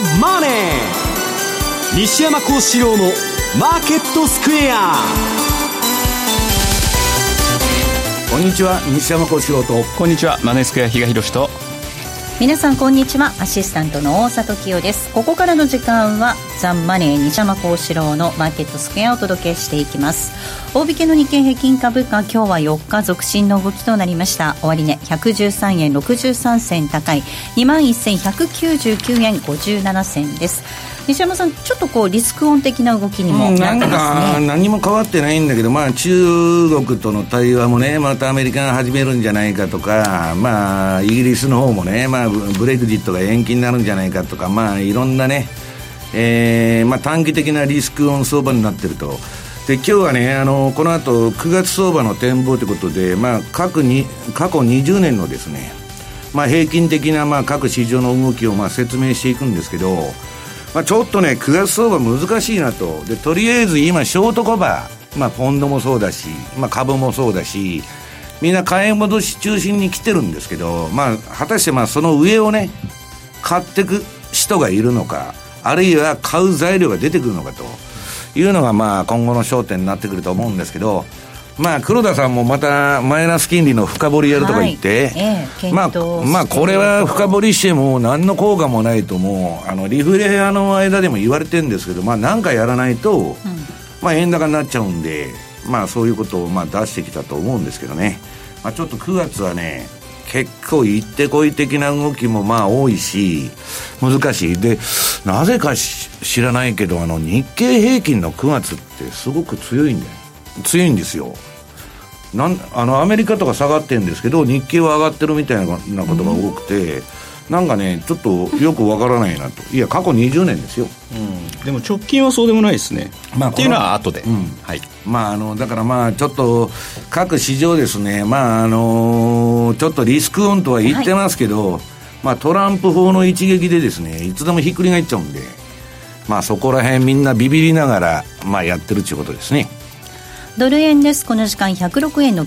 マネー。西山孝四郎のマーケットスクエア。 こんにちは、西山孝四郎と。 こんにちは、マネースクエア比嘉宏と。 皆さんこんにちは、アシスタントの大里清です。ここからの時間はザ・マネー西山孝四郎のマーケットスクエアをお届けしていきます。大引けの日経平均株価、今日は4日続伸の動きとなりました。終値113円63銭高い 21,199 円57銭です。西山さん、ちょっとリスクオン的な動きにもなってますね。 なんか何も変わってないんだけど、中国との対話もね、またアメリカが始めるんじゃないかとか、イギリスの方もね、ブレグジットが延期になるんじゃないかとか、いろんなね、短期的なリスクオン相場になってると。で、今日はね、この後9月相場の展望ということで、過去20年のですね、平均的な各市場の動きを説明していくんですけど、ちょっとね、9月相場難しいなと。で、とりあえず今ショートカバー、ポンドもそうだし、株もそうだし、みんな買い戻し中心に来てるんですけど、果たしてその上をね、買ってく人がいるのか、あるいは買う材料が出てくるのかというのが今後の焦点になってくると思うんですけど、黒田さんもまたマイナス金利の深掘りやるとか言って、これは深掘りしても何の効果もないと、もうリフレアの間でも言われてるんですけど、何かやらないと、円高になっちゃうんで、そういうことを出してきたと思うんですけどね。ちょっと9月はね、結構行ってこい的な動きも多いし難しい。で、なぜか知らないけど、日経平均の9月ってすごく強いんですよ。アメリカとか下がってるんですけど、日経は上がってるみたいなことが多くて、なんかね、ちょっとよくわからないなと。いや、過去20年ですよ。 でも直近はそうでもないですね。っていうのは後で。 はい。だからちょっと各市場ですね、ちょっとリスクオンとは言ってますけど、トランプ法の一撃でですね、いつでもひっくり返っちゃうんで、そこら辺みんなビビりながらやってるっていうことですね。 ドル円です。この時間106円の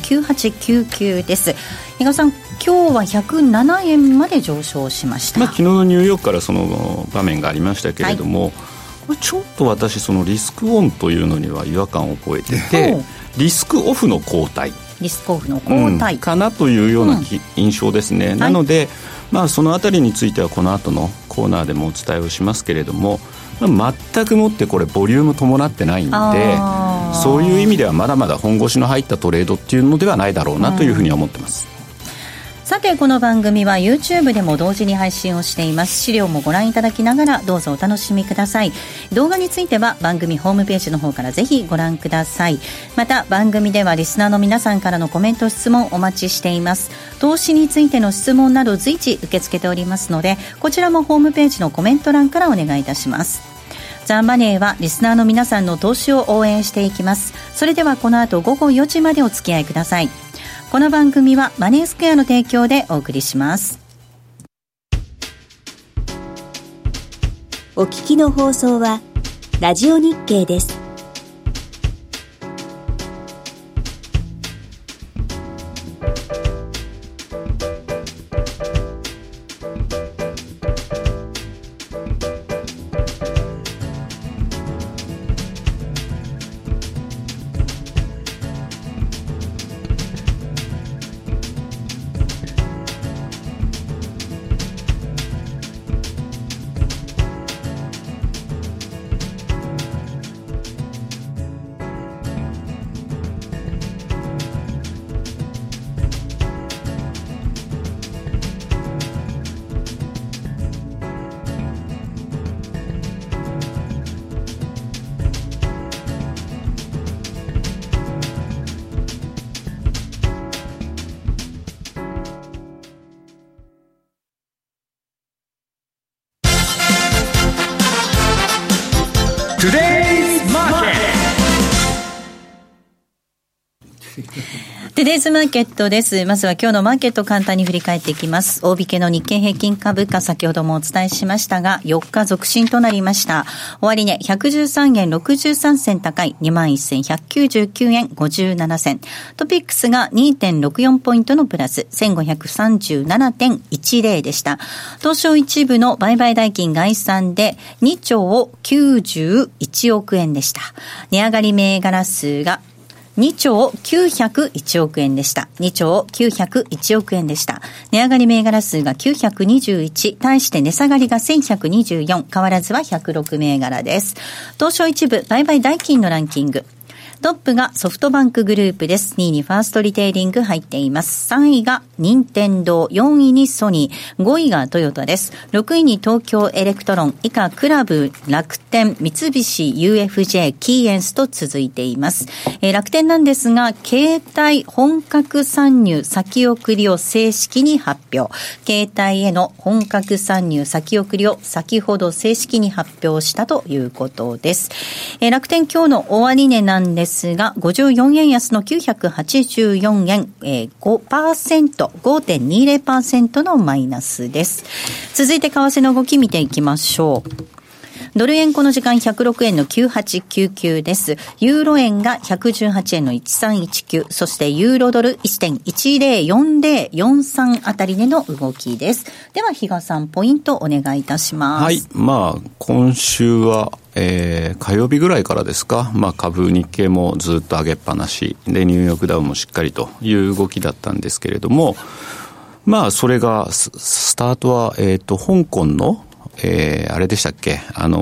9899です。比嘉さん、今日は107円まで上昇しました。 昨日のニューヨークからその場面がありましたけれども、ちょっと私そのリスクオンというのには違和感を覚えてて、リスクオフの後退かなというような印象ですね。なので、そのあたりについてはこの後のコーナーでもお伝えをしますけれども、全くもってこれボリューム伴ってないんで、そういう意味ではまだまだ本腰の入ったトレードっていうのではないだろうなというふうに思ってます。 さて、この番組は YouTube でも同時に配信をしています。資料もご覧いただきながらどうぞお楽しみください。動画については番組ホームページの方からぜひご覧ください。また番組ではリスナーの皆さんからのコメント質問お待ちしています。投資についての質問など随時受け付けておりますので、こちらもホームページのコメント欄からお願いいたします。ザ・マネーはリスナーの皆さんの投資を応援していきます。それではこの後午後4時までお付き合いください。この番組はマネースクエアの提供でお送りします。 お聞きの放送はラジオ日経です。 トゥデイズマーケットです。まずは今日のマーケット簡単に振り返っていきます。大引けの日経平均株価、先ほどもお伝えしましたが、4日続伸となりました。終値113円63銭高い 21,199 円57銭。トピックスが 2.64 ポイントのプラス 1537.10 でした。東証一部の売買代金概算で2兆91億円でした。値上がり銘柄数が2兆901億円でした。2兆901億円でした。値上がり銘柄数が921、対して値下がりが1124、変わらずは106銘柄です。東証一部売買代金のランキング。トップがソフトバンクグループです。2位にファーストリテイリング入っています。3位が任天堂、4位にソニー、5位がトヨタです。6位に東京エレクトロン、以下クラブ、楽天、三菱 UFJ、キーエンスと続いています。楽天なんですが、携帯本格参入先送りを正式に発表。携帯への本格参入先送りを先ほど正式に発表したということです。楽天今日の終値なんですが、54円安の984円、5%、5.20% のマイナスです。続いて為替の動き見ていきましょう。ドル円この時間106円の9899です。ユーロ円が118円の1319、そしてユーロドル 1.104043 あたりでの動きです。では比嘉さん、ポイントお願いいたします。 はい、今週は火曜日ぐらいからですか、株日経もずっと上げっぱなしで、ニューヨークダウもしっかりという動きだったんですけれども、それがスタートは香港のあれでしたっけ、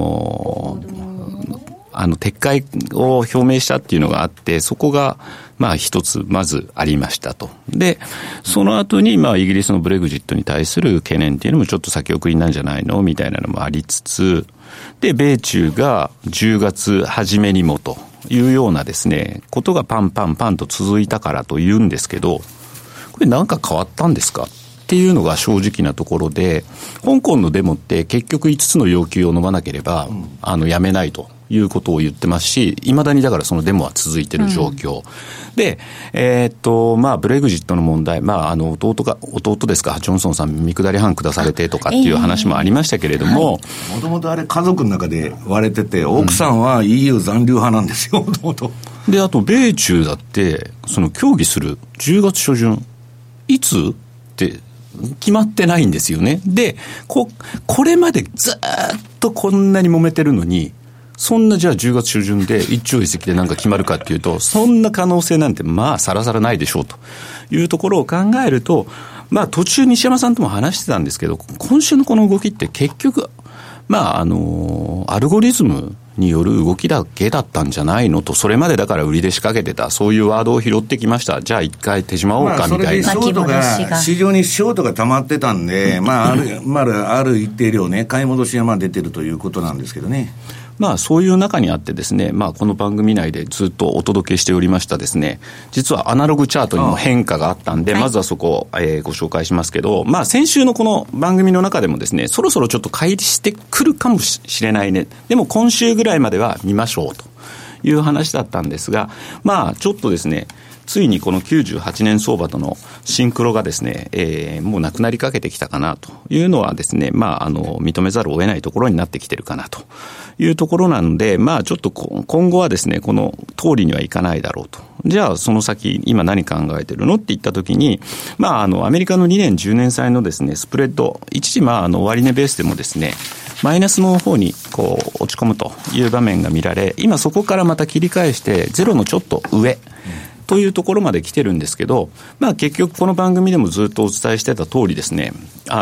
撤回を表明したっていうのがあって、そこが一つまずありましたと。でその後にイギリスのブレグジットに対する懸念っていうのもちょっと先送りなんじゃないのみたいなのもありつつで、米中が10月初めにもというようなですねことがパンパンパンと続いたからというんですけど、これ何か変わったんですかっていうのが正直なところで、香港のデモって結局5つの要求を飲まなければ、やめないということを言ってますし、いまだにだからそのデモは続いている状況、で、ブレグジットの問題、弟ですか、ジョンソンさん見下り班下されてとかっていう話もありましたけれども、 もともとあれ家族の中で割れてて、奥さんは EU 残留派なんですよ、もともと。 で、あと米中だってその協議する10月初旬いつって決まってないんですよね。で、これまでずっとこんなに揉めてるのに、そんなじゃあ10月初旬で一朝一夕でなんか決まるかっていうと、そんな可能性なんてさらさらないでしょうというところを考えると、途中西山さんとも話してたんですけど、今週のこの動きって結局アルゴリズムによる動きだけだったんじゃないのと、それまでだから売りで仕掛けてたそういうワードを拾ってきました、じゃあ一回手締まおうかみたいな、 それでショートが市場にショートが溜まってたんで、ある一定量ね買い戻しが出てるということなんですけどね。 そういう中にあってですね、この番組内でずっとお届けしておりましたですね、実はアナログチャートにも変化があったんで、まずはそこを、ご紹介しますけど、先週のこの番組の中でもですね、そろそろちょっと乖離してくるかもしれないね、でも今週ぐらいまでは見ましょうという話だったんですが、ちょっとですね、ついにこの98年相場とのシンクロがですね、もうなくなりかけてきたかなというのはですね、認めざるを得ないところになってきてるかなというところなので、ちょっと今後はですね、この通りにはいかないだろうと。じゃあその先今何考えてるのって言ったときに、アメリカの2年10年債のですねスプレッド、一時終値ベースでもですねマイナスの方に落ち込むという場面が見られ、今そこからまた切り返してゼロのちょっと上というところまで来てるんですけど、結局この番組でもずっとお伝えしてた通りですね、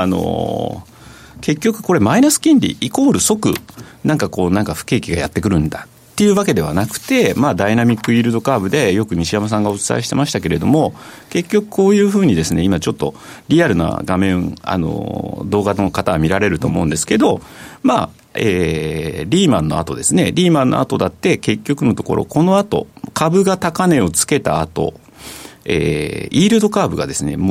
結局これマイナス金利イコール即なんか不景気がやってくるんだっていうわけではなくて、ダイナミックイールドカーブでよく西山さんがお伝えしてましたけれども、結局こういうふうにですね、今ちょっとリアルな画面動画の方は見られると思うんですけど、リーマンの後ですね、リーマンの後だって結局のところこの後株が高値をつけた後、イールドカーブがですねもう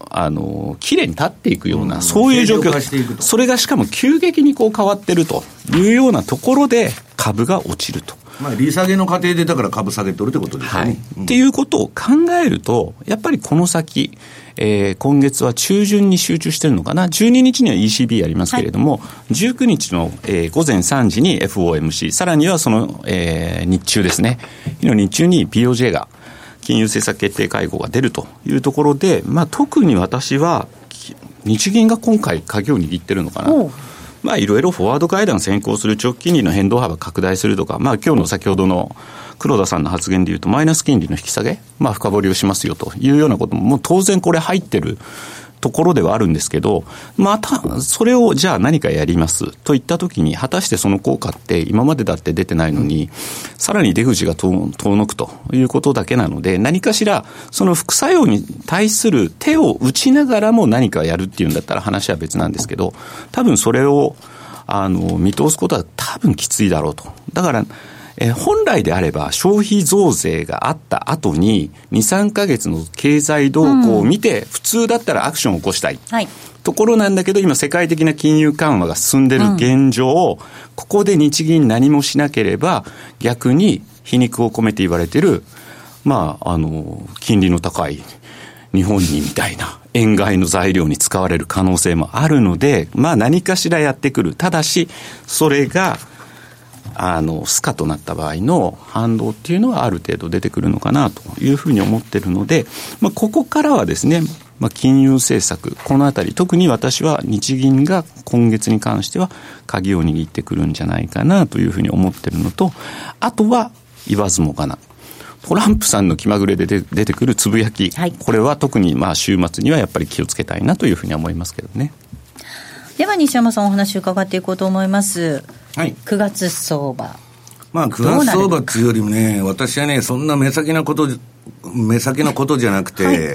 綺麗に立っていくような、そういう状況、それがしかも急激にこう変わってるというようなところで株が落ちると。 利下げの過程でだから株下げとるってことですよね。 っていうことを考えると、やっぱりこの先、今月は中旬に集中してるのかな。12日には ECB ありますけれども、19日の、午前3時に FOMC、さらにはその、日中ですね。日中に BOJ が金融政策決定会合が出るというところで、特に私は日銀が今回鍵を握ってるのかな。いろいろフォワードガイダンス変更する、長期金利の変動幅拡大するとか、今日の先ほどの黒田さんの発言でいうとマイナス金利の引き下げ、深掘りをしますよというようなことも、もう当然これ入ってるところではあるんですけど、またそれをじゃあ何かやりますといったときに、果たしてその効果って今までだって出てないのに、さらに出口が遠のくということだけなので、何かしらその副作用に対する手を打ちながらも何かやるっていうんだったら話は別なんですけど、多分それを見通すことは多分きついだろうと。だから本来であれば消費増税があった後に 2,3 ヶ月の経済動向を見て、普通だったらアクションを起こしたい、ところなんだけど、今世界的な金融緩和が進んでる現状、ここで日銀何もしなければ逆に皮肉を込めて言われてる、金利の高い日本にみたいな円買いの材料に使われる可能性もあるので、何かしらやってくる。ただしそれがスカとなった場合の反動っていうのはある程度出てくるのかなというふうに思っているので、ここからはですね、金融政策、このあたり、特に私は日銀が今月に関しては鍵を握ってくるんじゃないかなというふうに思っているのと、あとは言わずもがな、トランプさんの気まぐれで出てくるつぶやき、これは特に週末にはやっぱり気をつけたいなというふうに思いますけどね。 では西山さん、お話を伺っていこうと思います。9月相場、 9月相場っていうよりもね、私はね、そんな目先のことじゃなくて、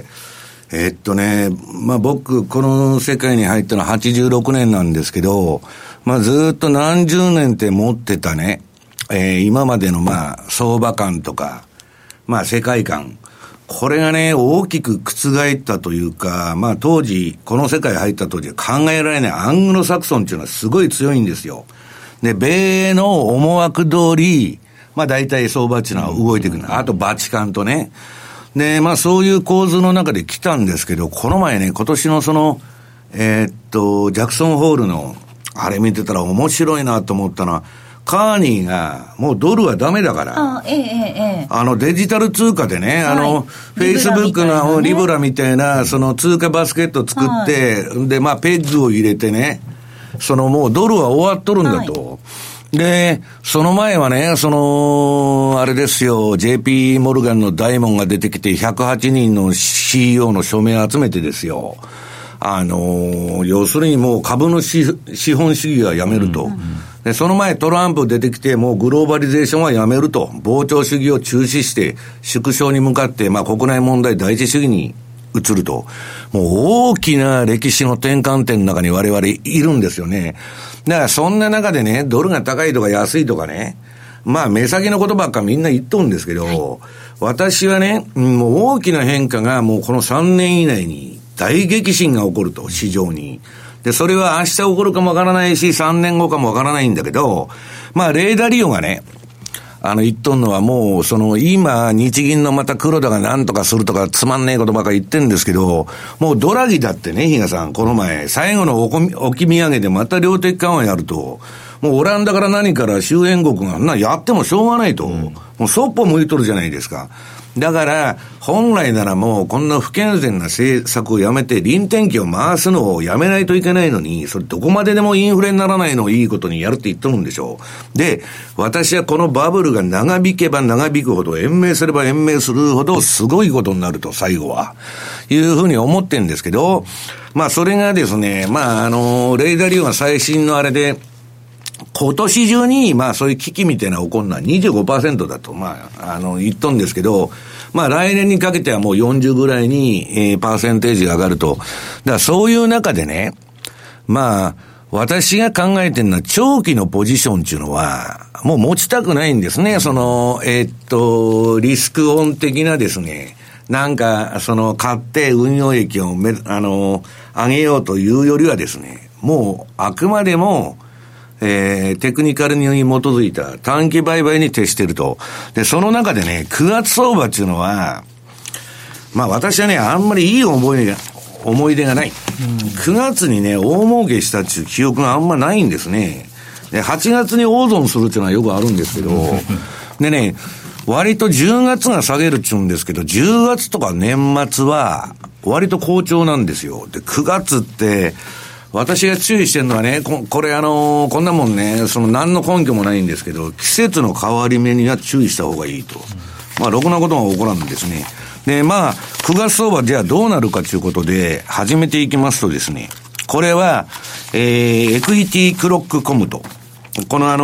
僕この世界に入ったのは86年なんですけど、ずっと何十年って持ってたね、今までの相場感とか世界観、これがね大きく覆ったというか、当時この世界入った当時は考えられないアングロサクソンっていうのはすごい強いんですよ。で、米の思惑通り大体相場っていうのは動いていくの。あとバチカンとね。で、そういう構図の中で来たんですけど、この前ね、今年のそのジャクソンホールのあれ見てたら面白いなと思ったのは、カーニーがもうドルはダメだから、デジタル通貨でね、フェイスブックのリブラみたいなその通貨バスケット作って、でペッグを入れてね、もうドルは終わっとるんだと。で、その前はね、あれですよ、JP モルガンのダイモンが出てきて108人の CEO の署名集めてですよ。要するにもう株の資本主義はやめると。で、その前トランプ出てきて、もうグローバリゼーションはやめると。膨張主義を中止して、縮小に向かって、国内問題第一主義に移ると。もう大きな歴史の転換点の中に我々いるんですよね。だからそんな中でね、ドルが高いとか安いとかね、目先のことばっかみんな言っとるんですけど、私はね、もう大きな変化がもうこの3年以内に大激震が起こると、市場に。で、それは明日起こるかもわからないし、3年後かもわからないんだけど、レーダーリオがね、言っとんのはもう、今、日銀のまた黒田が何とかするとか、つまんねえことばっか言ってんですけど、もうドラギだってね、比嘉さん、この前、最後の置き土産でまた量的緩和やると、もうオランダから何から周辺国が、やってもしょうがないと、もうそっぽ向いとるじゃないですか。だから、本来ならもうこんな不健全な政策をやめて臨転機を回すのをやめないといけないのに、それどこまででもインフレにならないのをいいことにやるって言ってるんでしょう。で、私はこのバブルが長引けば長引くほど、延命すれば延命するほどすごいことになると、最後は。いうふうに思ってるんですけど、それがですね、レーダーリオが最新のあれで、今年中に、そういう危機みたいな起こるのは 25% だと、言っとんですけど、来年にかけてはもう40ぐらいに、パーセンテージが上がると。だからそういう中でね、私が考えてるのは長期のポジションっていうのは、もう持ちたくないんですね。リスクオン的なですね、 なんか、買って運用益を上げようというよりはですね、もう、あくまでも、テクニカルに基づいた短期売買に徹していると。で、その中でね、9月相場っていうのは、まあ私はね、あんまりいい思い出がない。9月にね、大儲けしたっていう記憶があんまないんですね。で、8月に大損するっていうのはよくあるんですけど、でね、割と10月が下げるって言うんですけど、10月とか年末は割と好調なんですよ。で、9月って、私が注意してるのはね、これこんなもんね、何の根拠もないんですけど、季節の変わり目には注意した方がいいと。まあ、ろくなことが起こらんですね。で、まあ、9月相場じゃあどうなるかということで、始めていきますとですね、これは、エクイティクロックコムと、この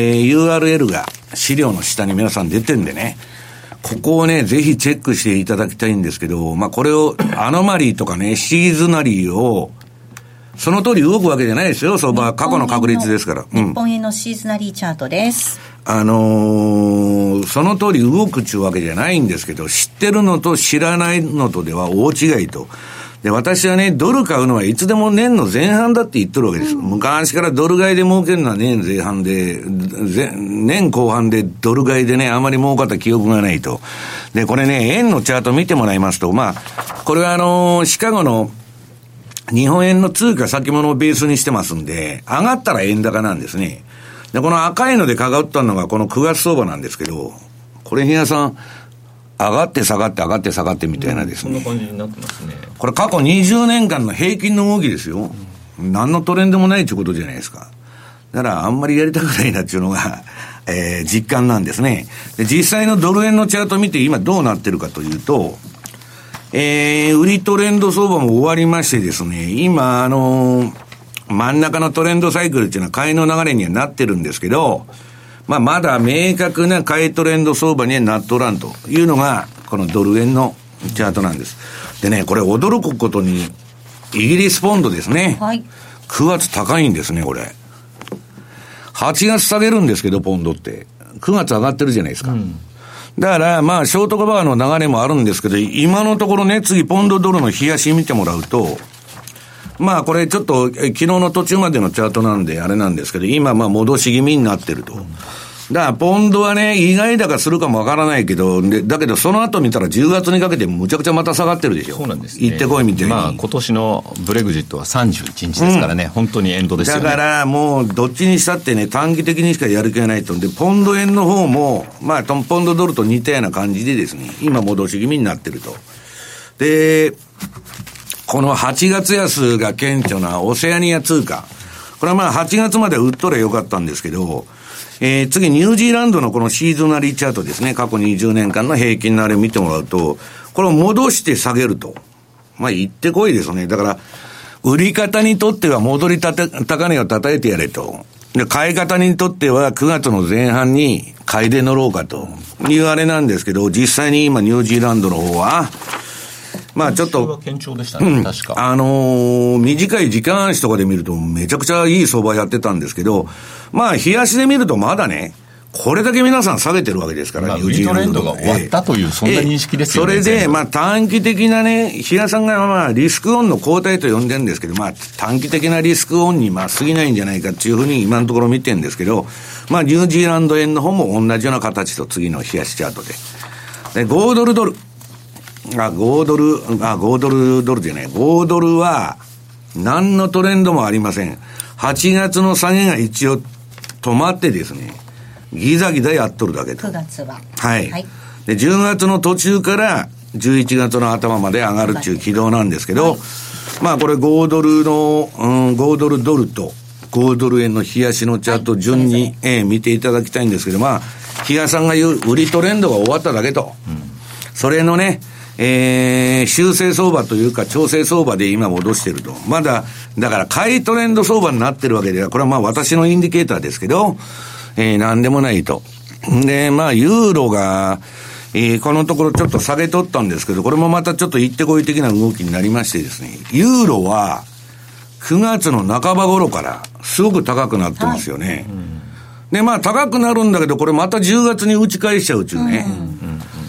URL が資料の下に皆さん出てるんでね、ここをね、ぜひチェックしていただきたいんですけど、まあ、これを、アノマリーとかね、シーズナリーを、その通り動くわけじゃないですよ。相場は過去の確率ですから。 日本円のシーズナリーチャートです。 その通り動くっちゅうわけじゃないんですけど、知ってるのと知らないのとでは大違いと。で、私はね、ドル買うのはいつでも年の前半だって言ってるわけです。昔からドル買いで儲けるのは年前半で、年後半でドル買いでね、あまり儲かった記憶がないと。で、これね、円のチャート見てもらいますと、まあ、これはシカゴの日本円の通貨先物をベースにしてますんで、上がったら円高なんですね。で、この赤いのでかかったのがこの9月相場なんですけど、これ、比嘉さん、上がって下がって上がって下がってみたいなですね。 そんな感じになってますね。 これ過去20年間の平均の動きですよ。何のトレンドもないということじゃないですか。だからあんまりやりたくないなっていうのが、実感なんですね。で、実際のドル円のチャート見て今どうなってるかというと、売りトレンド相場も終わりましてですね、今真ん中のトレンドサイクルっていうのは買いの流れにはなってるんですけど、まあまだ明確な買いトレンド相場にはなっとらんというのが、このドル円のチャートなんです。でね、これ驚くことに、イギリスポンドですね。はい。9月高いんですね、これ。8月下げるんですけど、ポンドって。9月上がってるじゃないですか。だから、まあ、ショートカバーの流れもあるんですけど、今のところね、次、ポンドドルの冷やし見てもらうと、まあ、これちょっと、昨日の途中までのチャートなんで、あれなんですけど、今、まあ、戻し気味になってると。だから、ポンドはね、意外高するかもわからないけど、だけど、その後見たら10月にかけてむちゃくちゃまた下がってるでしょ。 そうなんですね。 行ってこいみたいに。 まあ、今年のブレグジットは31日ですからね、本当にエンドですよね。 だから、もう、どっちにしたってね、短期的にしかやる気がないと。で、ポンド円の方も、まあ、ポンドドルと似たような感じでですね、今戻し気味になってると。で、この8月安が顕著なオセアニア通貨。これはまあ8月まで売っとればよかったんですけど、次ニュージーランドのこのシーズナリーチャートですね。過去20年間の平均のあれを見てもらうと、これを戻して下げると。まあ言ってこいですね。だから、売り方にとっては戻り高値を叩いてやれと。で、買い方にとっては9月の前半に買いで乗ろうかというあれなんですけど、実際に今ニュージーランドの方は、まあちょっと、 堅調でしたね、確か。 短い時間足とかで見るとめちゃくちゃいい相場やってたんですけど、まあ冷やしで見るとまだね、これだけ皆さん下げてるわけですから、 ニュージーランドが終わったという、そんな認識ですよね。 それで、まあ短期的なね、比嘉さんがまあリスクオンの後退と呼んでるんですけど、まあ短期的なリスクオンにまあ過ぎないんじゃないかっていうふうに今のところ見てるんですけど、まあニュージーランド円の方も同じような形と次の冷やしチャートで。で、5ドルドル。5ドルじゃない。5ドルは、何のトレンドもありません。8月の下げが一応止まってですね、ギザギザやっとるだけと。 9月は。 はい。で、10月の途中から11月の頭まで上がるっていう軌道なんですけど、まあこれ5ドルの、5ドルドルと5ドル円の冷やしのチャート順に、見ていただきたいんですけど、まあ、比嘉さんが言う売りトレンドが終わっただけと。それのね、修正相場というか調整相場で今戻してると。まだ、だから買いトレンド相場になってるわけでは、これはまあ私のインディケーターですけど、なんでもないと。で、まあユーロが、このところちょっと下げ取ったんですけど、これもまたちょっと行ってこい的な動きになりましてですね、ユーロは9月の半ば頃からすごく高くなってますよね。で、まあ高くなるんだけど、これまた10月に打ち返しちゃうっていうね。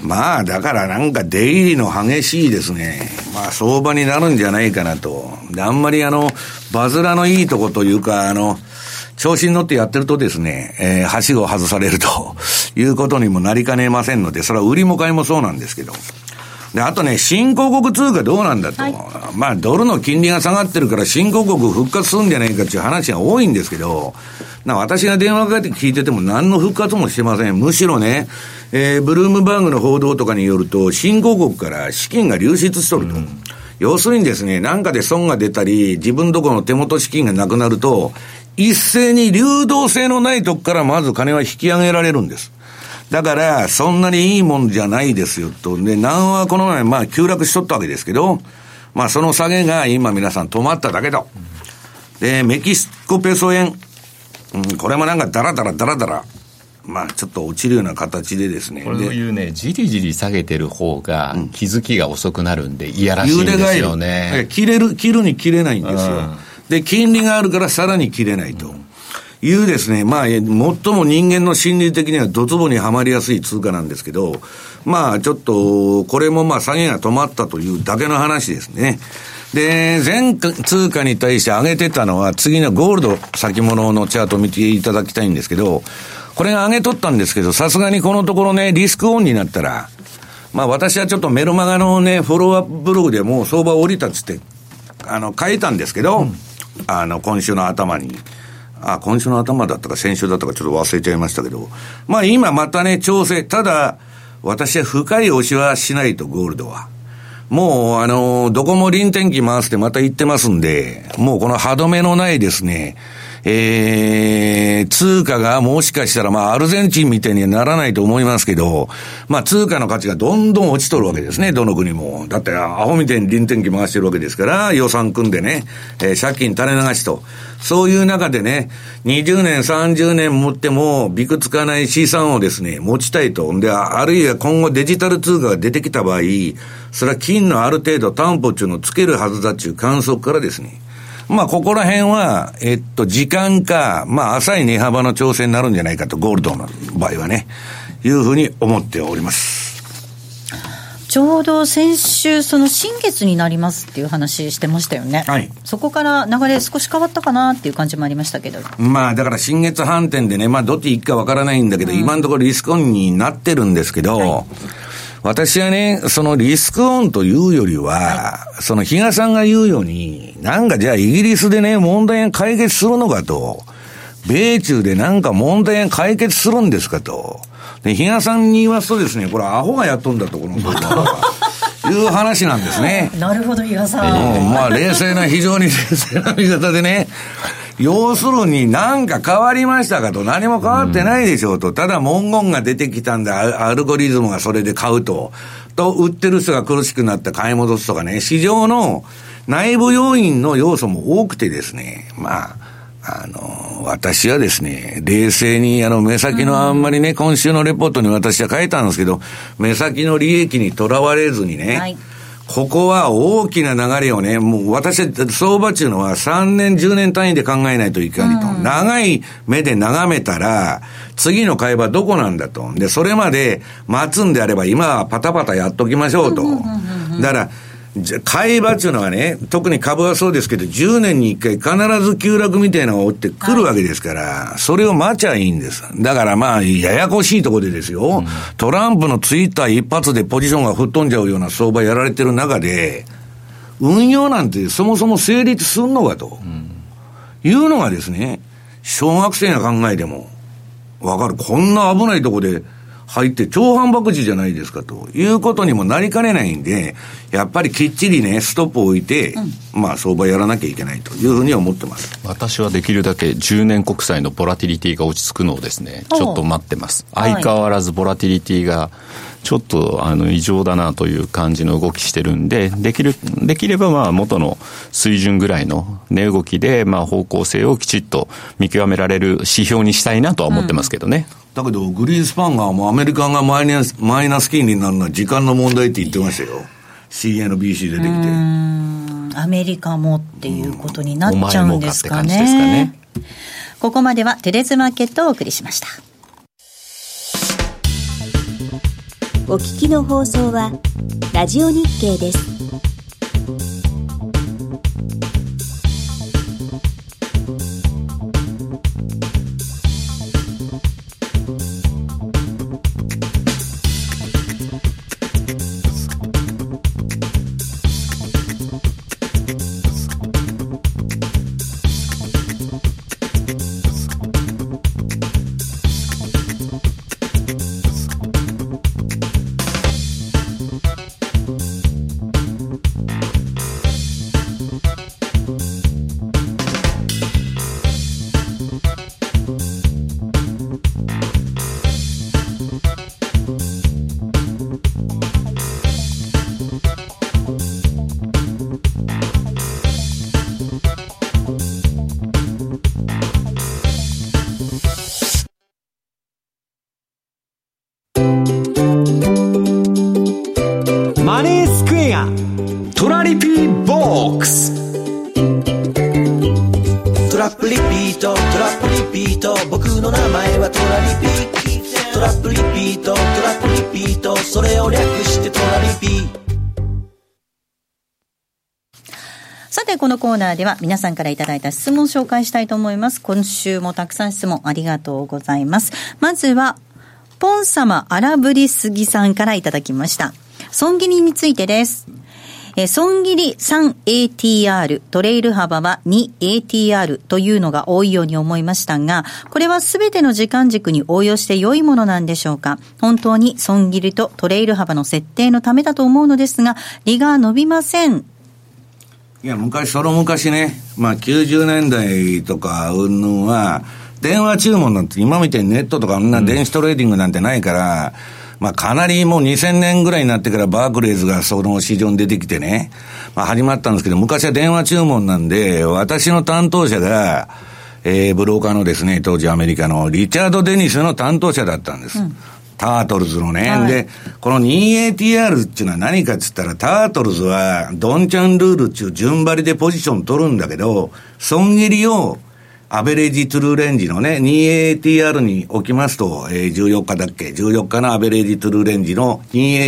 まあだからなんか出入りの激しいですね、まあ相場になるんじゃないかなと。であんまりバズらのいいとこというか調子に乗ってやってるとですね、はしごを外されるということにもなりかねませんので、それは売りも買いもそうなんですけど。で、あとね、新興国通貨どうなんだと。はい、まあ、ドルの金利が下がってるから新興国復活するんじゃないかっていう話が多いんですけど、私が電話かけて聞いてても何の復活もしてません。むしろね、ブルームバーグの報道とかによると、新興国から資金が流出しとると。要するにですね、なんかで損が出たり、自分どころの手元資金がなくなると、一斉に流動性のないとこからまず金は引き上げられるんです。だから、そんなにいいもんじゃないですよと。で、南はこの前、まあ、急落しとったわけですけど、まあ、その下げが今皆さん止まっただけと。で、メキシコペソ円。これもなんかダラダラ。まあ、ちょっと落ちるような形でですね。 こういうね、じりじり下げてる方が気づきが遅くなるんで、いやらしいんですよね。 切るに切れないんですよ。で、金利があるからさらに切れないと。いうですね、まあ、最も人間の心理的にはドツボにはまりやすい通貨なんですけど、まあ、ちょっと、これもまあ、下げが止まったというだけの話ですね。で、全通貨に対して上げてたのは、次のゴールド先物のチャートを見ていただきたいんですけど、これが上げとったんですけど、さすがにこのところね、リスクオンになったら、まあ、私はちょっとメルマガのね、フォローアップブログでもう相場降りたっつって、書いたんですけど、今週の頭に。今週の頭だったか先週だったかちょっと忘れちゃいましたけど、まあ今またね、調整、ただ、私は深い押しはしないと、ゴールドは。もう、どこも臨転機回してまた行ってますんで、もうこの歯止めのないですね、通貨がもしかしたらまあアルゼンチンみたいにはならないと思いますけど、まあ通貨の価値がどんどん落ちとるわけですね、どの国も。だってアホみたいに臨転機回してるわけですから、予算組んでね、借金垂れ流しと。そういう中でね、20年、30年持っても、びくつかない資産をですね、持ちたいと。で、あるいは今後デジタル通貨が出てきた場合、それは金のある程度担保っていうのをつけるはずだっていう観測からですね、まあ、ここら辺は、時間か、まあ、浅い値幅の調整になるんじゃないかと、ゴールドの場合はね、いうふうに思っております。 ちょうど先週、その新月になりますっていう話してましたよね。はい。そこから流れ少し変わったかなっていう感じもありましたけど。 まあ、だから新月反転でね、まあ、どっち行くかわからないんだけど、今のところリスクオンになってるんですけど、はい、私はね、そのリスクオンというよりは、その比嘉さんが言うように、なんかじゃあイギリスでね、問題が解決するのかと、米中でなんか問題が解決するんですかと。で、比嘉さんに言わすとですね、これアホがやっとんだと、この相場いう話なんですね。 なるほど、比嘉さん。 まあ非常に冷静な見方でね、要するに何か変わりましたかと、何も変わってないでしょうと、ただ文言が出てきたんだ、アルゴリズムがそれで買うと、売ってる人が苦しくなって買い戻すとかね、市場の内部要因の要素も多くてですね、まあ、私はですね、冷静に目先のあんまりね、今週のレポートに私は書いたんですけど、目先の利益にとらわれずにね、はい、ここは大きな流れをね、もう私は相場っていうのは3年10年単位で考えないといけないと、長い目で眺めたら次の買い場どこなんだと。で、それまで待つんであれば今はパタパタやっときましょうと。だから買い場っていうのはね、特に株はそうですけど、10年に1回必ず急落みたいなのが起きてくるわけですから、はい、それを待ちゃいいんです。だからまあ、ややこしいところでですよ、トランプのツイッター一発でポジションが吹っ飛んじゃうような相場やられてる中で、運用なんてそもそも成立するのかと、いうのがですね、小学生が考えてもわかる。こんな危ないところで、入って超反爆地じゃないですかということにもなりかねないんで、やっぱりきっちりねストップを置いて、まあ相場やらなきゃいけないというふうには思ってます。 私はできるだけ10年国債のボラティリティが落ち着くのをですね、ちょっと待ってます。相変わらずボラティリティがちょっと異常だなという感じの動きしてるんで、できればまあ元の水準ぐらいの値動きで、まあ方向性をきちっと見極められる指標にしたいなとは思ってますけどね。 だけどグリーンスパンがもうアメリカがマイナス金利になるのは時間の問題って言ってましたよ。CNBC 出てきて、 アメリカもっていうことになっちゃうんですかね。ここまではテレズマーケットをお送りしました。 お聞きの放送はラジオ日経です。 マネースクエアトラリピーボックス。 トラップリピート、トラップリピート、僕の名前はトラリピ。トラップリピート、トラップリピート、それを略してトラリピ。 さてこのコーナーでは皆さんからいただいた質問を紹介したいと思います。今週もたくさん質問ありがとうございます。まずはポン様荒ぶりすぎさんからいただきました。損切りについてです。損切り 3ATR トレイル幅は 2ATR というのが多いように思いましたが、これは全ての時間軸に応用して良いものなんでしょうか。本当に損切りとトレイル幅の設定のためだと思うのですが、利が伸びません。 いや、その昔ね、90年代とか云々は電話注文なんて今みたいにネットとかあんな電子トレーディングなんてないから、かなりもう2000年ぐらいになってからバークレーズがその市場に出てきてね、始まったんですけど、昔は電話注文なんで、私の担当者が、ブローカーのですね、当時アメリカのリチャード・デニスの担当者だったんです。タートルズのね。はい、で、この 2ATR っていうのは何かって言ったら、タートルズはドンチャンルールっていう順張りでポジション取るんだけど、損切りをアベレージトゥルーレンジのね、2ATR に置きますと、14日だっけ ?14 日のアベレージトゥルーレンジの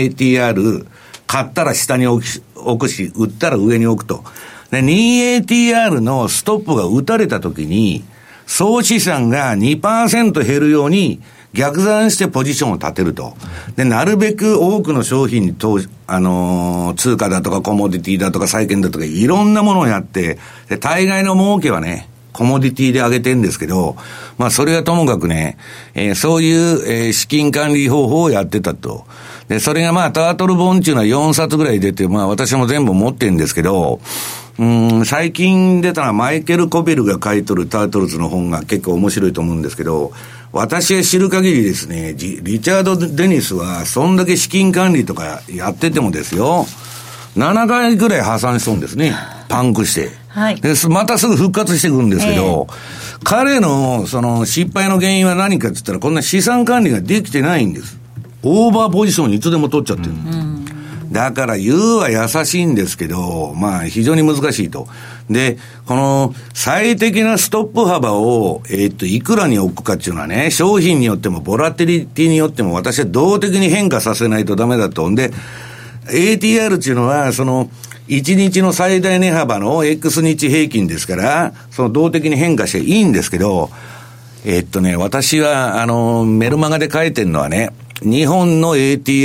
2ATR、買ったら下に置くし、売ったら上に置くと。で、2ATR のストップが打たれた時に、総資産が 2% 減るように逆算してポジションを立てると。で、なるべく多くの商品に通貨だとかコモディティだとか債券だとかいろんなものをやって、で、大概の儲けはね、コモディティで上げてんですけど、それはともかくね、そういう、資金管理方法をやってたと。で、それがタートル本っていうのは4冊ぐらい出て、私も全部持ってるんですけど、最近出たのはマイケル・コベルが書いとるタートルズの本が結構面白いと思うんですけど、私が知る限りですね、リチャード・デニスはそんだけ資金管理とかやっててもですよ、7回ぐらい破産しそうですね。パンクして。 はい。 で、またすぐ復活してくるんですけど、彼のその失敗の原因は何かって言ったら、こんな資産管理ができてないんです。オーバーポジションいつでも取っちゃってる。だから言うは優しいんですけど、非常に難しいと。で、この最適なストップ幅を、いくらに置くかっていうのはね、商品によってもボラテリティによっても私は動的に変化させないとダメだと。んで、ATR っていうのは、その、1日の最大値幅の X 日平均ですから、その動的に変化していいんですけど、私は、メルマガで書いてるのはね、日本の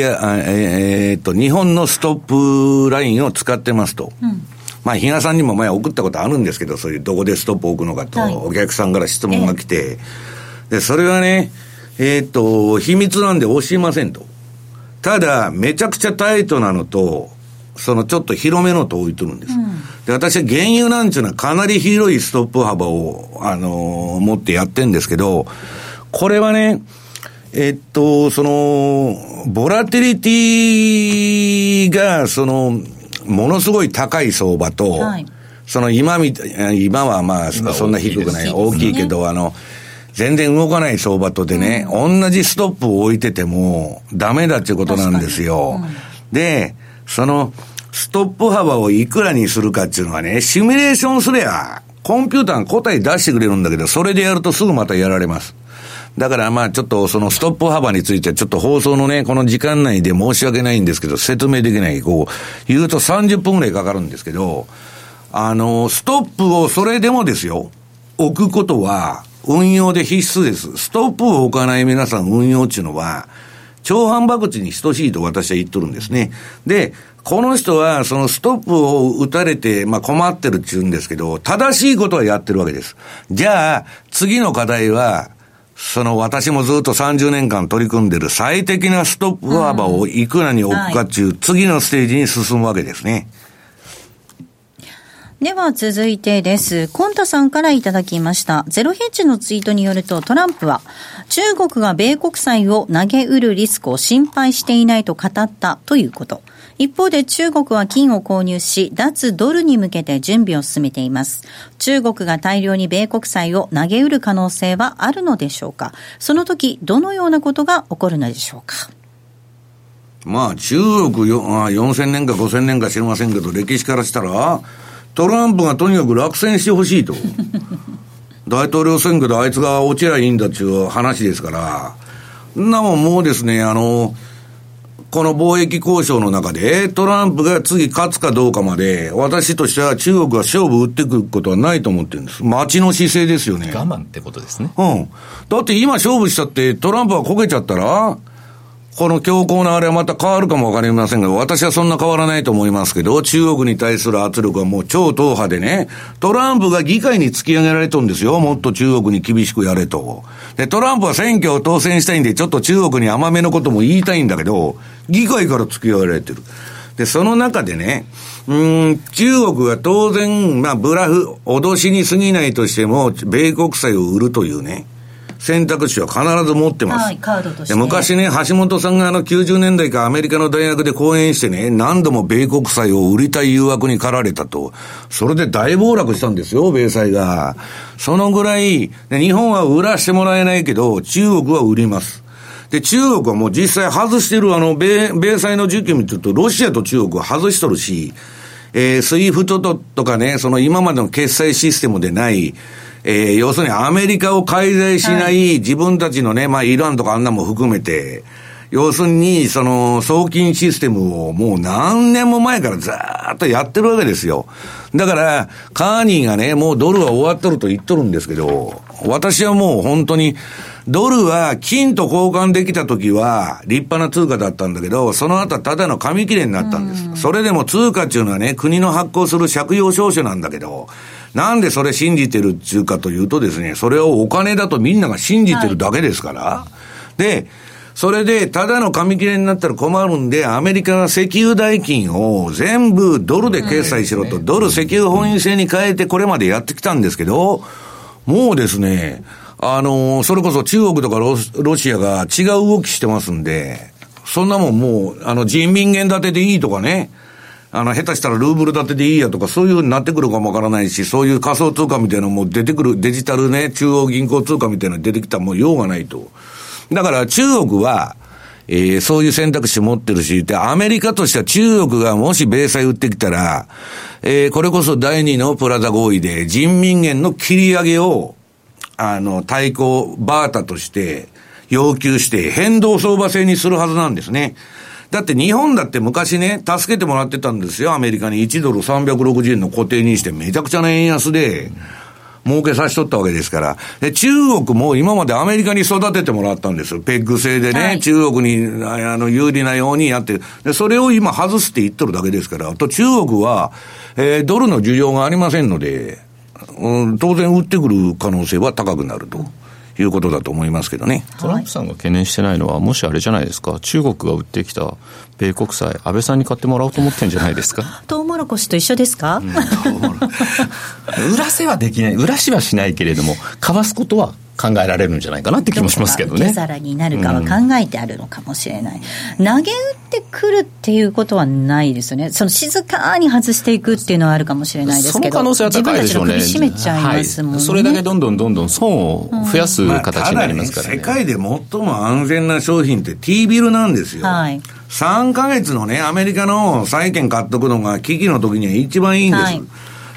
ATR、日本のストップラインを使ってますと。比嘉さんにも前送ったことあるんですけど、そういうどこでストップを置くのかと、お客さんから質問が来て、で、それはね、秘密なんで教えませんと。ただ、めちゃくちゃタイトなのと、そのちょっと広めのと置いとるんです。で、私は原油なんていうのはかなり広いストップ幅を、持ってやってんですけど、これはね、その、ボラテリティが、ものすごい高い相場と、その今はそんな低くない、大きいけど、全然動かない相場とでね、同じストップを置いててもダメだっていうことなんですよ。で、そのストップ幅をいくらにするかっていうのはね、シミュレーションすればコンピューターが答え出してくれるんだけど、それでやるとすぐまたやられます。 だからまあちょっとそのストップ幅についてちょっと放送のね、この時間内で申し訳ないんですけど、説明できない。こう、言うと30分くらいかかるんですけど、ストップをそれでもですよ、置くことは運用で必須です。ストップを置かない皆さん運用っていうのは、超反博打に等しいと私は言っとるんですね。で、この人はそのストップを打たれて、まあ困ってるって言うんですけど、正しいことはやってるわけです。じゃあ、次の課題は、その私もずっと30年間取り組んでる最適なストップ幅をいくらに置くかっていう次のステージに進むわけですね。 では続いてです。コンタさんからいただきました。ゼロヘッジのツイートによると、トランプは中国が米国債を投げ売るリスクを心配していないと語ったということ。一方で中国は金を購入し、脱ドルに向けて準備を進めています。中国が大量に米国債を投げ売る可能性はあるのでしょうか。その時、どのようなことが起こるのでしょうか。 まあ中国4000年か5000年か知りませんけど、歴史からしたら、トランプがとにかく落選してほしいと。大統領選挙であいつが落ちりゃいいんだっていう話ですから、もうですね、この貿易交渉の中でトランプが次勝つかどうかまで、私としては中国が勝負打ってくることはないと思ってるんです。待ちの姿勢ですよね。 我慢ってことですね。 うん。だって今勝負したってトランプがこけちゃったら、この強硬なあれはまた変わるかもわかりませんが、私はそんな変わらないと思いますけど、中国に対する圧力はもう超党派でね、トランプが議会に突き上げられとるんですよ。もっと中国に厳しくやれと。で、トランプは選挙を当選したいんで、ちょっと中国に甘めのことも言いたいんだけど、議会から突き上げられてる。で、その中でね、中国は当然、まあ、ブラフ、脅しに過ぎないとしても、米国債を売るというね、選択肢は必ず持ってます。 はい、カードとして。 昔ね、橋本さんが90年代かアメリカの大学で講演してね、何度も米国債を売りたい誘惑に駆られたと。それで大暴落したんですよ、米債が。そのぐらい、日本は売らしてもらえないけど、中国は売ります。で、中国はもう実際外してる米債の需給見てると、ロシアと中国は外しとるし、スイフトとかね、その今までの決済システムでない、要するにアメリカを介在しない自分たちのね、まあイランとかあんなも含めて、要するにその送金システムをもう何年も前からずーっとやってるわけですよ。だからカーニーがね、もうドルは終わっとると言っとるんですけど、私はもう本当にドルは金と交換できた時は立派な通貨だったんだけど、その後はただの紙切れになったんです。それでも通貨っていうのはね、国の発行する借用証書なんだけど、なんでそれ信じてるっていうかというとですね、それをお金だとみんなが信じてるだけですから。で、それでただの紙切れになったら困るんで、アメリカが石油代金を全部ドルで決済しろと、ドル石油本位制に変えてこれまでやってきたんですけど、もうですね、それこそ中国とかロシアが違う動きしてますんで、そんなもんもう、人民元建てでいいとかね、下手したらルーブル建てでいいやとか、そういう風になってくるかもわからないし、そういう仮想通貨みたいなのも出てくる、デジタルね、中央銀行通貨みたいなの出てきたらもう用がないと。だから中国は、そういう選択肢持ってるし、で、アメリカとしては中国がもし米債売ってきたら、これこそ第2のプラザ合意で人民元の切り上げを、対抗バータとして要求して変動相場制にするはずなんですね。だって日本だって昔ね、助けてもらってたんですよ、アメリカに。1ドル360円の固定にしてめちゃくちゃな円安で儲けさせとったわけですから。で、中国も今までアメリカに育ててもらったんですよ。ペッグ制でね、はい、中国に有利なようにやって、で、それを今外すって言っとるだけですから。あと中国は、ドルの需要がありませんので、当然売ってくる可能性は高くなるということだと思いますけどね。 トランプさんが懸念してないのは、もしあれじゃないですか、中国が売ってきた米国債、安倍さんに買ってもらおうと思ってるんじゃないですか。 トウモロコシと一緒ですか。 売らせはできない、売らしはしないけれども、かわすことは考えられるんじゃないかなって気もしますけどね。 受け皿になるかは考えてあるのかもしれない、投げ打ってくるっていうことはないですよね。その静かに外していくっていうのはあるかもしれないですけど、 その可能性は高いでしょうね。 自分たちの首絞めちゃいますもんね、はい、 それだけどんどん損を増やす形になりますからね。 世界で最も安全な商品って T ビルなんですよ、はい、3ヶ月のねアメリカの債券買っとくのが危機の時には一番いいんです、はい、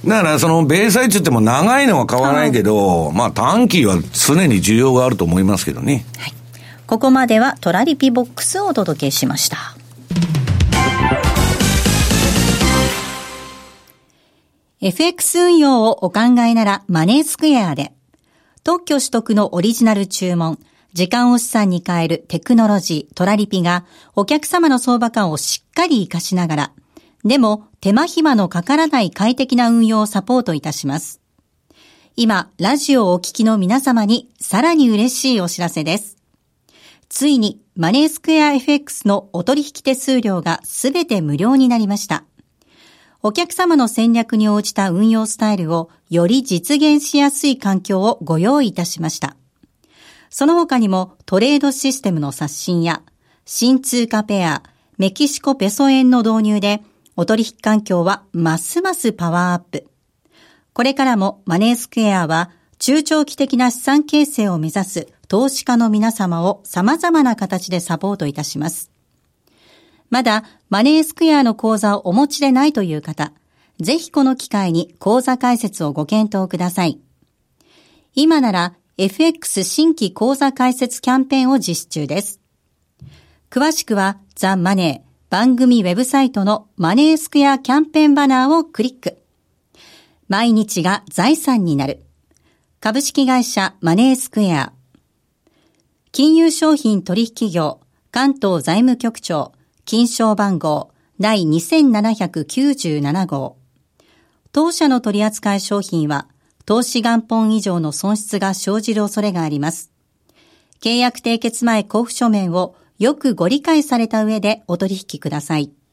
だからその米債って言っても長いのは変わらないけど、まあ短期は常に需要があると思いますけどね。 はい。ここまではトラリピボックスをお届けしました。FX 運用をお考えならマネースクエアで、特許取得のオリジナル注文、時間を資産に変えるテクノロジートラリピがお客様の相場感をしっかり活かしながら、でも手間暇のかからない快適な運用をサポートいたします。今、ラジオをお聞きの皆様にさらに嬉しいお知らせです。ついにマネースクエア FX のお取引手数料がすべて無料になりました。お客様の戦略に応じた運用スタイルをより実現しやすい環境をご用意いたしました。その他にもトレードシステムの刷新や新通貨ペア、メキシコペソ円の導入でお取引環境はますますパワーアップ。これからもマネースクエアは中長期的な資産形成を目指す投資家の皆様を様々な形でサポートいたします。まだマネースクエアの口座をお持ちでないという方、ぜひこの機会に口座開設をご検討ください。今なら FX 新規口座開設キャンペーンを実施中です。詳しくはザ・マネー番組ウェブサイトのマネースクエアキャンペーンバナーをクリック。毎日が財産になる。株式会社マネースクエア。金融商品取引業関東財務局長金賞番号第2797号。当社の取扱い商品は投資元本以上の損失が生じる恐れがあります。契約締結前交付書面をよくご理解された上でお取引ください。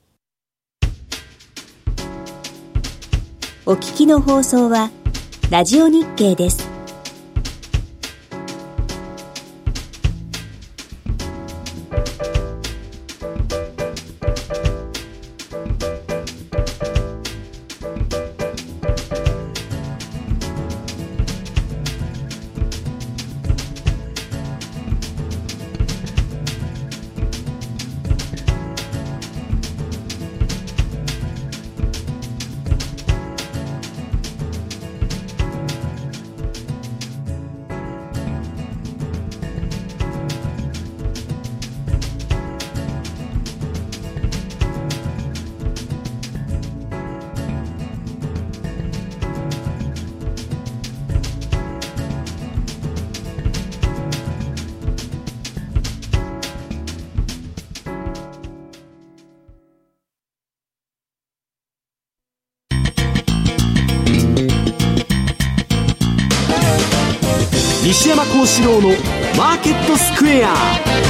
お聞きの放送はラジオ日経です。 西山幸四郎のマーケットスクエア。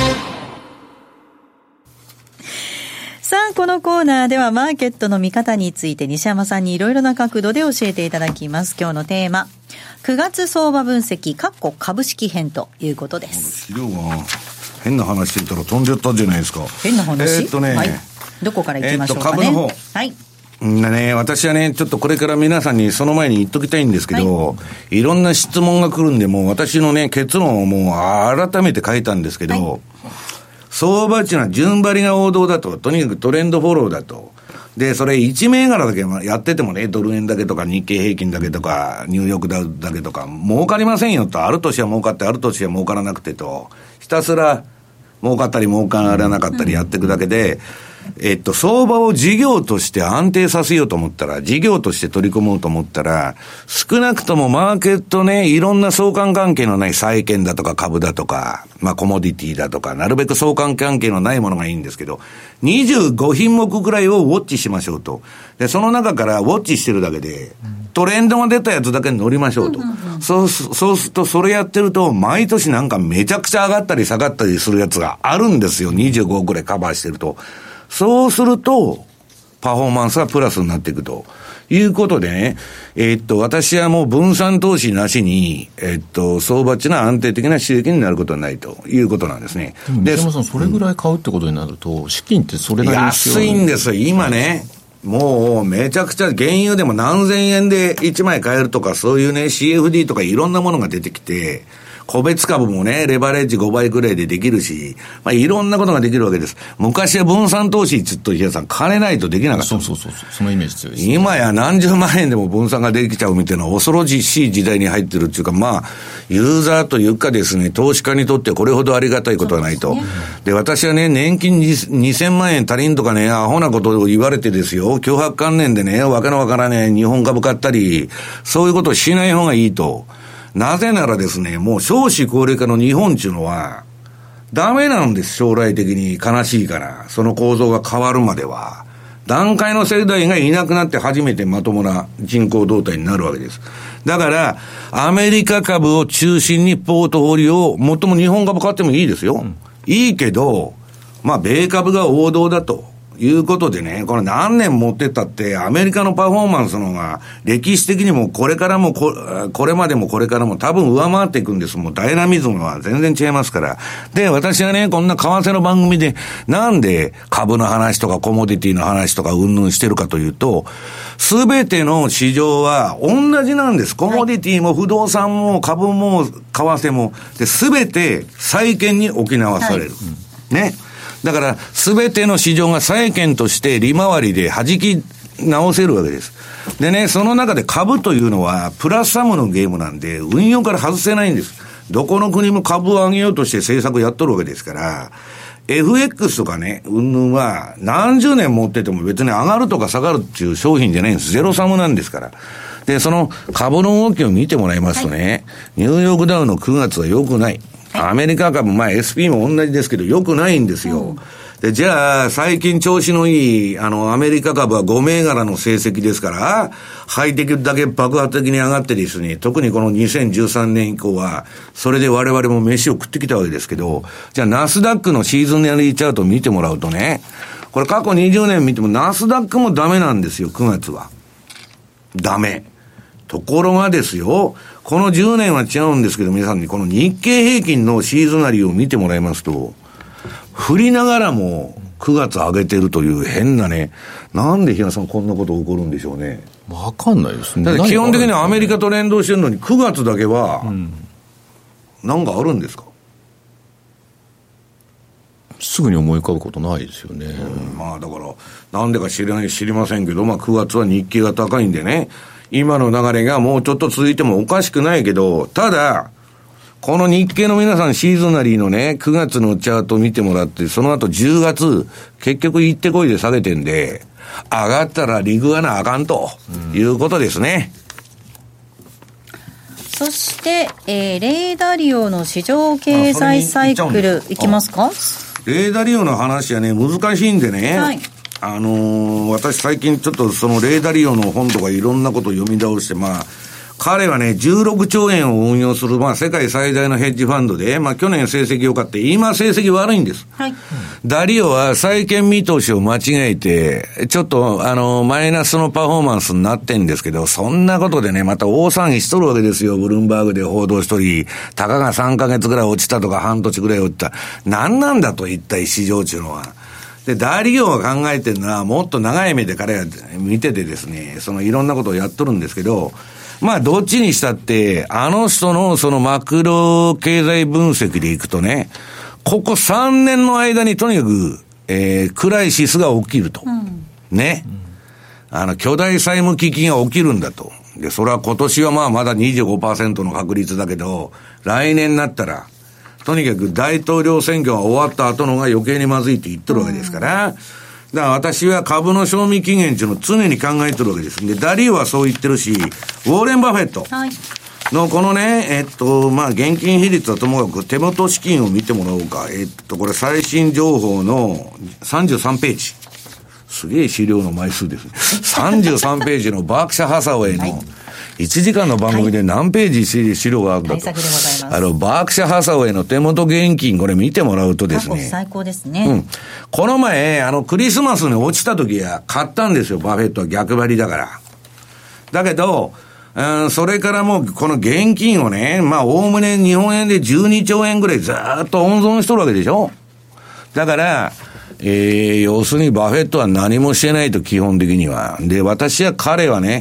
さあ、このコーナーではマーケットの見方について西山さんにいろいろな角度で教えていただきます。今日のテーマ、9月相場分析株式編ということです。 資料が変な話してたら飛んじゃったんじゃないですか。 変な話、はい、どこからいきましょうかね。 株の方、 はい、 私はね、ちょっとこれから皆さんにその前に言っときたいんですけど、はい、いろんな質問が来るんで、もう私のね、結論をもう改めて書いたんですけど、はい、相場っていうのは順張りが王道だと、とにかくトレンドフォローだと。で、それ1銘柄だけやっててもね、ドル円だけとか日経平均だけとか、ニューヨークダウだけとか、儲かりませんよと、ある年は儲かって、ある年は儲からなくてと、ひたすら儲かったり儲からなかったりやっていくだけで、相場を事業として安定させようと思ったら、事業として取り込もうと思ったら、少なくともマーケットね、いろんな相関関係のない債券だとか株だとか、まあコモディティだとか、なるべく相関関係のないものがいいんですけど、25品目くらいをウォッチしましょうと。で、その中からウォッチしてるだけで、トレンドが出たやつだけに乗りましょうと。そうすると、それやってると、毎年なんかめちゃくちゃ上がったり下がったりするやつがあるんですよ。25くらいカバーしてると。そうすると、パフォーマンスがプラスになっていくということでね、私はもう分散投資なしに、相場っていうのは安定的な収益になることはないということなんですね。 でも西山さん、それぐらい買うってことになると、資金ってそれなりに安いんですよ、今ね。もうめちゃくちゃ原油でも何千円で1枚買えるとか、そういうね CFD とかいろんなものが出てきて、 個別株もね、レバレッジ5倍くらいでできるし、まあ、いろんなことができるわけです。昔は分散投資ちょっと平さん、金ないとできなかった。 そう。そのイメージ強いです、ね。 今や何十万円でも分散ができちゃうみたいな恐ろしい時代に入ってるっていうか、まあ、ユーザーというかですね、投資家にとってこれほどありがたいことはないと。で、私はね、年金2000万円足りんとかね、アホなことを言われてですよ、脅迫観念でね、わけのわからねえ日本株買ったり、そういうことをしない方がいいと。なぜならですね、もう少子高齢化の日本っていうのは、ダメなんです、将来的に。悲しいから。その構造が変わるまでは。段階の世代がいなくなって初めてまともな人口動態になるわけです。だから、アメリカ株を中心にポートフォリオを、もっとも日本株買ってもいいですよ。いいけど、まあ、米株が王道だと。いうことでね、これ何年持ってったって、アメリカのパフォーマンスのが、歴史的にもこれからもこれまでもこれからも多分上回っていくんです。もうダイナミズムは全然違いますから。で、私はね、こんな為替の番組で、なんで株の話とかコモディティの話とかうんぬんしてるかというと、すべての市場は同じなんです。コモディティも不動産も株も為替も、で、すべて債券に置き直される。ね。だから、すべての市場が債券として利回りで弾き直せるわけです。でね、その中で株というのは、プラスサムのゲームなんで、運用から外せないんです。どこの国も株を上げようとして政策やっとるわけですから、FX とかね、云々は何十年持ってても別に上がるとか下がるっていう商品じゃないんです。ゼロサムなんですから。で、その株の動きを見てもらいますとね、ニューヨークダウの9月は良くない。アメリカ株、まあ SP も同じですけど、良くないんですよ。で、じゃあ、最近調子のいい、アメリカ株は5銘柄の成績ですから、ハイテクだけ爆発的に上がってですね、特にこの2013年以降は、それで我々も飯を食ってきたわけですけど、じゃあ、ナスダックのシーズンナリーチャートを見てもらうとね、これ過去20年見ても、ナスダックもダメなんですよ、9月は。ダメ。ところがですよ、この10年は違うんですけど、皆さんにこの日経平均のシーズナリーを見てもらいますと、振りながらも9月上げてるという変なね、なんで平さんこんなこと起こるんでしょうね。 わかんないですね。 だって基本的にはアメリカと連動してるのに9月だけは、なんかあるんですか？ すぐに思い浮かぶことないですよね。 まあだから、なんでか知りませんけど、まあ9月は日経が高いんでね、今の流れがもうちょっと続いてもおかしくないけど、ただ、この日経の皆さんシーズナリーのね、9月のチャートを見てもらって、その後10月、結局行ってこいで下げてんで、上がったらリグはなあかんということですね。 そして、レーダリオの市場経済サイクルいきますか？ レーダリオの話はね、難しいんでね。はい。私最近ちょっとそのレーダリオの本とかいろんなことを読み直して、まあ、彼はね、16兆円を運用する、まあ、世界最大のヘッジファンドで、まあ、去年成績良かった。今成績悪いんです。はい。ダリオは債券見通しを間違えて、ちょっと、マイナスのパフォーマンスになってんですけど、そんなことでね、また大騒ぎしとるわけですよ。ブルームバーグで報道しとり、たかが3ヶ月ぐらい落ちたとか半年ぐらい落ちた。何なんだと一体市場中のは。で、ダリオが考えてるのは、もっと長い目で彼が見ててですね、そのいろんなことをやっとるんですけど、まあ、どっちにしたって、あの人のそのマクロ経済分析でいくとね、ここ3年の間にとにかく、クライシスが起きると。ね。巨大債務危機が起きるんだと。で、それは今年はまあまだ 25% の確率だけど、来年になったら、とにかく大統領選挙が終わった後のが余計にまずいって言ってるわけですから、だから私は株の賞味期限っていうのを常に考えてるわけです。で、ダリーはそう言ってるし、ウォーレン・バフェットのこのね、まあ、現金比率はともかく手元資金を見てもらおうか。これ最新情報の33ページ。すげえ資料の枚数ですね。33ページのバークシャーハサウェイの、1時間の番組で何ページ資料があるんだと。バークシャーハサウェイの手元現金、これ見てもらうとですね。 最高ですね。 この前、クリスマスに落ちた時は買ったんですよ、バフェットは逆張りだから。だけど、それからもうこの現金をね、まあ、おおむね日本円で12兆円ぐらいずーっと温存しとるわけでしょ。だから、要するにバフェットは何もしてないと基本的には。で、私は彼はね、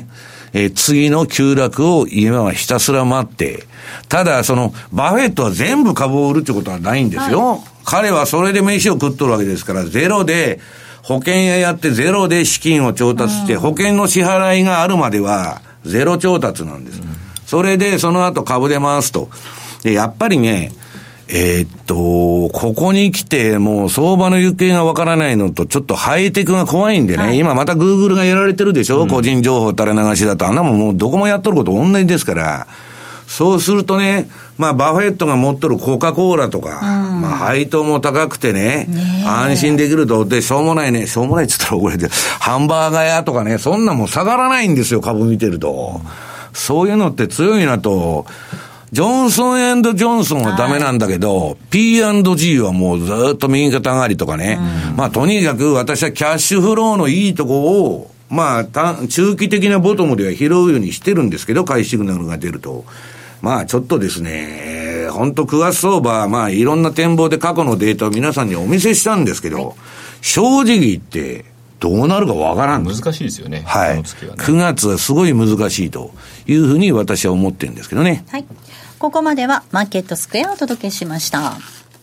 次の急落を今はひたすら待って、ただそのバフェットは全部株を売るってことはないんですよ。彼はそれで飯を食っとるわけですから、ゼロで保険屋やってゼロで資金を調達して、保険の支払いがあるまではゼロ調達なんです。それでその後株で回すと。で、やっぱりね、ここに来てもう相場の行方がわからないのと、ちょっとハイテクが怖いんでね、今またグーグルがやられてるでしょ、個人情報垂れ流しだと。あんなもんもうどこもやっとること同じですから、そうするとね、まあバフェットが持っとるコカ・コーラとか、まあ配当も高くてね、安心できると。で、しょうもないって言ったら怒られて、ハンバーガー屋とかね、そんなもん下がらないんですよ、株見てると。そういうのって強いなと。ジョンソン&ジョンソンはダメなんだけど、P&G はもうずっと右肩上がりとかね。まあとにかく私はキャッシュフローのいいとこを、まあ中期的なボトムでは拾うようにしてるんですけど、買いシグナルが出ると。まあちょっとですね、本当9月相場、まあいろんな展望で過去のデータを皆さんにお見せしたんですけど、正直言ってどうなるかわからん。 難しいですよね。 はい。9月はすごい難しいというふうに私は思ってるんですけどね。 はい。ここまではマーケットスクエアをお届けしました。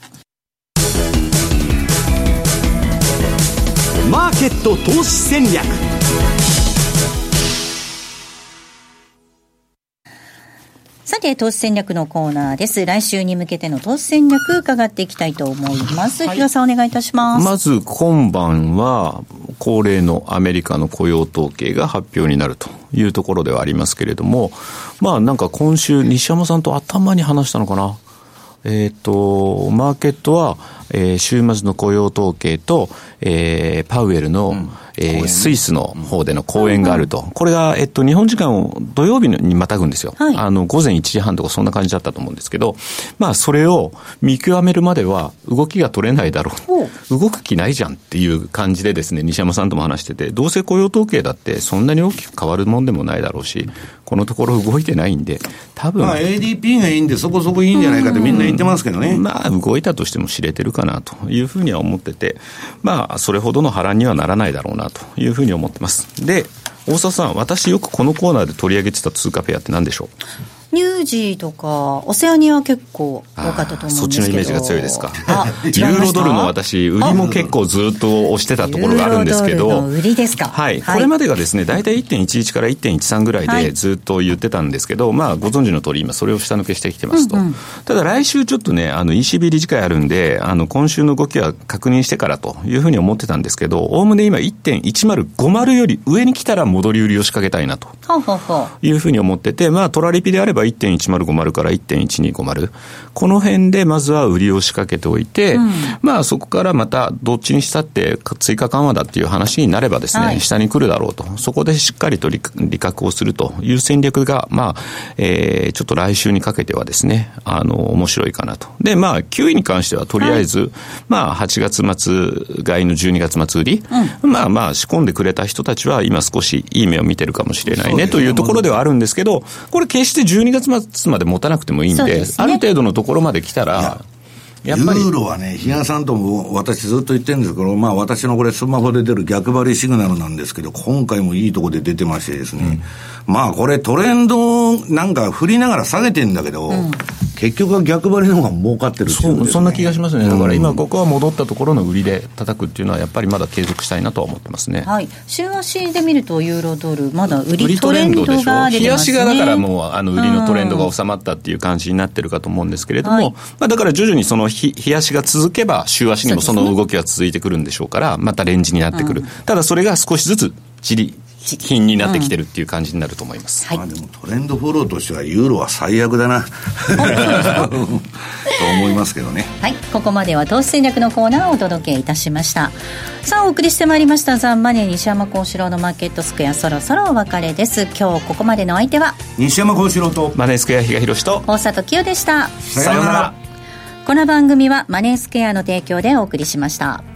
マーケット投資戦略。 さて、投資戦略のコーナーです。来週に向けての投資戦略伺っていきたいと思います。比嘉さんお願いいたします。 まず今晩は恒例のアメリカの雇用統計が発表になるというところではありますけれども、まあなんか今週西山さんと頭に話したのかな。マーケットは、週末の雇用統計と、パウエルの、スイスの方での講演があると。これが、日本時間を土曜日にまたぐんですよ。はい、午前1時半とかそんな感じだったと思うんですけど、まあそれを見極めるまでは動きが取れないだろう。動く気ないじゃんっていう感じでですね、西山さんとも話してて、どうせ雇用統計だってそんなに大きく変わるもんでもないだろうし、このところ動いてないんで、多分。 まあ ADP がいいんでそこそこいいんじゃないかってみんな言ってますけどね。 まあ動いたとしても知れてるかなというふうには思ってて、まあそれほどの波乱にはならないだろうなというふうに思ってます。で、大沢さん、私よくこのコーナーで取り上げてた通貨ペアって何でしょう？ ニュージーとかオセアニアは結構多かったと思うんですけど。 そっちのイメージが強いですか。ユーロドルの私売りも結構ずっと押してたところがあるんですけど、 ユーロドルの売りですか。 はい、これまでがですねだいたい 1.11 から 1.13 ぐらいでずっと言ってたんですけど、まあご存知の通り今それを下抜けしてきてますと、ただ来週ちょっとねECB 理事会あるんで今週の動きは確認してからというふうに思ってたんですけど、おおむね今 1.1050 より上に来たら戻り売りを仕掛けたいなというふうに思ってて、まあトラリピであれば 1.1050 から 1.1250 この辺でまずは売りを仕掛けておいて、まあそこからまたどっちにしたって追加緩和だっていう話になればですね、下に来るだろうと、そこでしっかりと利確をするという戦略がまあ、ちょっと来週にかけてはですね面白いかなと。でまあ9位に関してはとりあえず、まあ8月末買いの12月末売り、まあまあ仕込んでくれた人たちは今少しいい目を見てるかもしれないねというところではあるんですけど、これ決して12月末まで持たなくてもいいん で、ある程度のところまで来たらやっぱりユーロはね、比嘉さんとも私ずっと言ってるんですけど、まあ私のこれスマホで出る逆張りシグナルなんですけど、今回もいいとこで出てましてですね、まあこれトレンドなんか振りながら下げてんだけど、結局は逆張りの方が儲かってるっていう、ね、 そんな気がしますね。だから今ここは戻ったところの売りで叩くっていうのはやっぱりまだ継続したいなとは思ってますね。 はい。週足で見るとユーロドルまだ売りトレンドが出てますね。 日足がだからもう売りのトレンドが収まったっていう感じになってるかと思うんですけれども、まあ、だから徐々にその日足が続けば週足にもその動きは続いてくるんでしょうから、またレンジになってくる、ただそれが少しずつ品になってきてるっていう感じになると思います、 まあ、でもトレンドフォローとしてはユーロは最悪だなと思いますけどね。 はい、ここまでは投資戦略のコーナーをお届けいたしました。さあお送りしてまいりましたザンマネー西山幸四郎のマーケットスクエア、そろそろお別れです。今日ここまでの相手は西山幸四郎とマネースクエア比嘉宏と大里清でした。 さようなら。 この番組はマネースクエアの提供でお送りしました。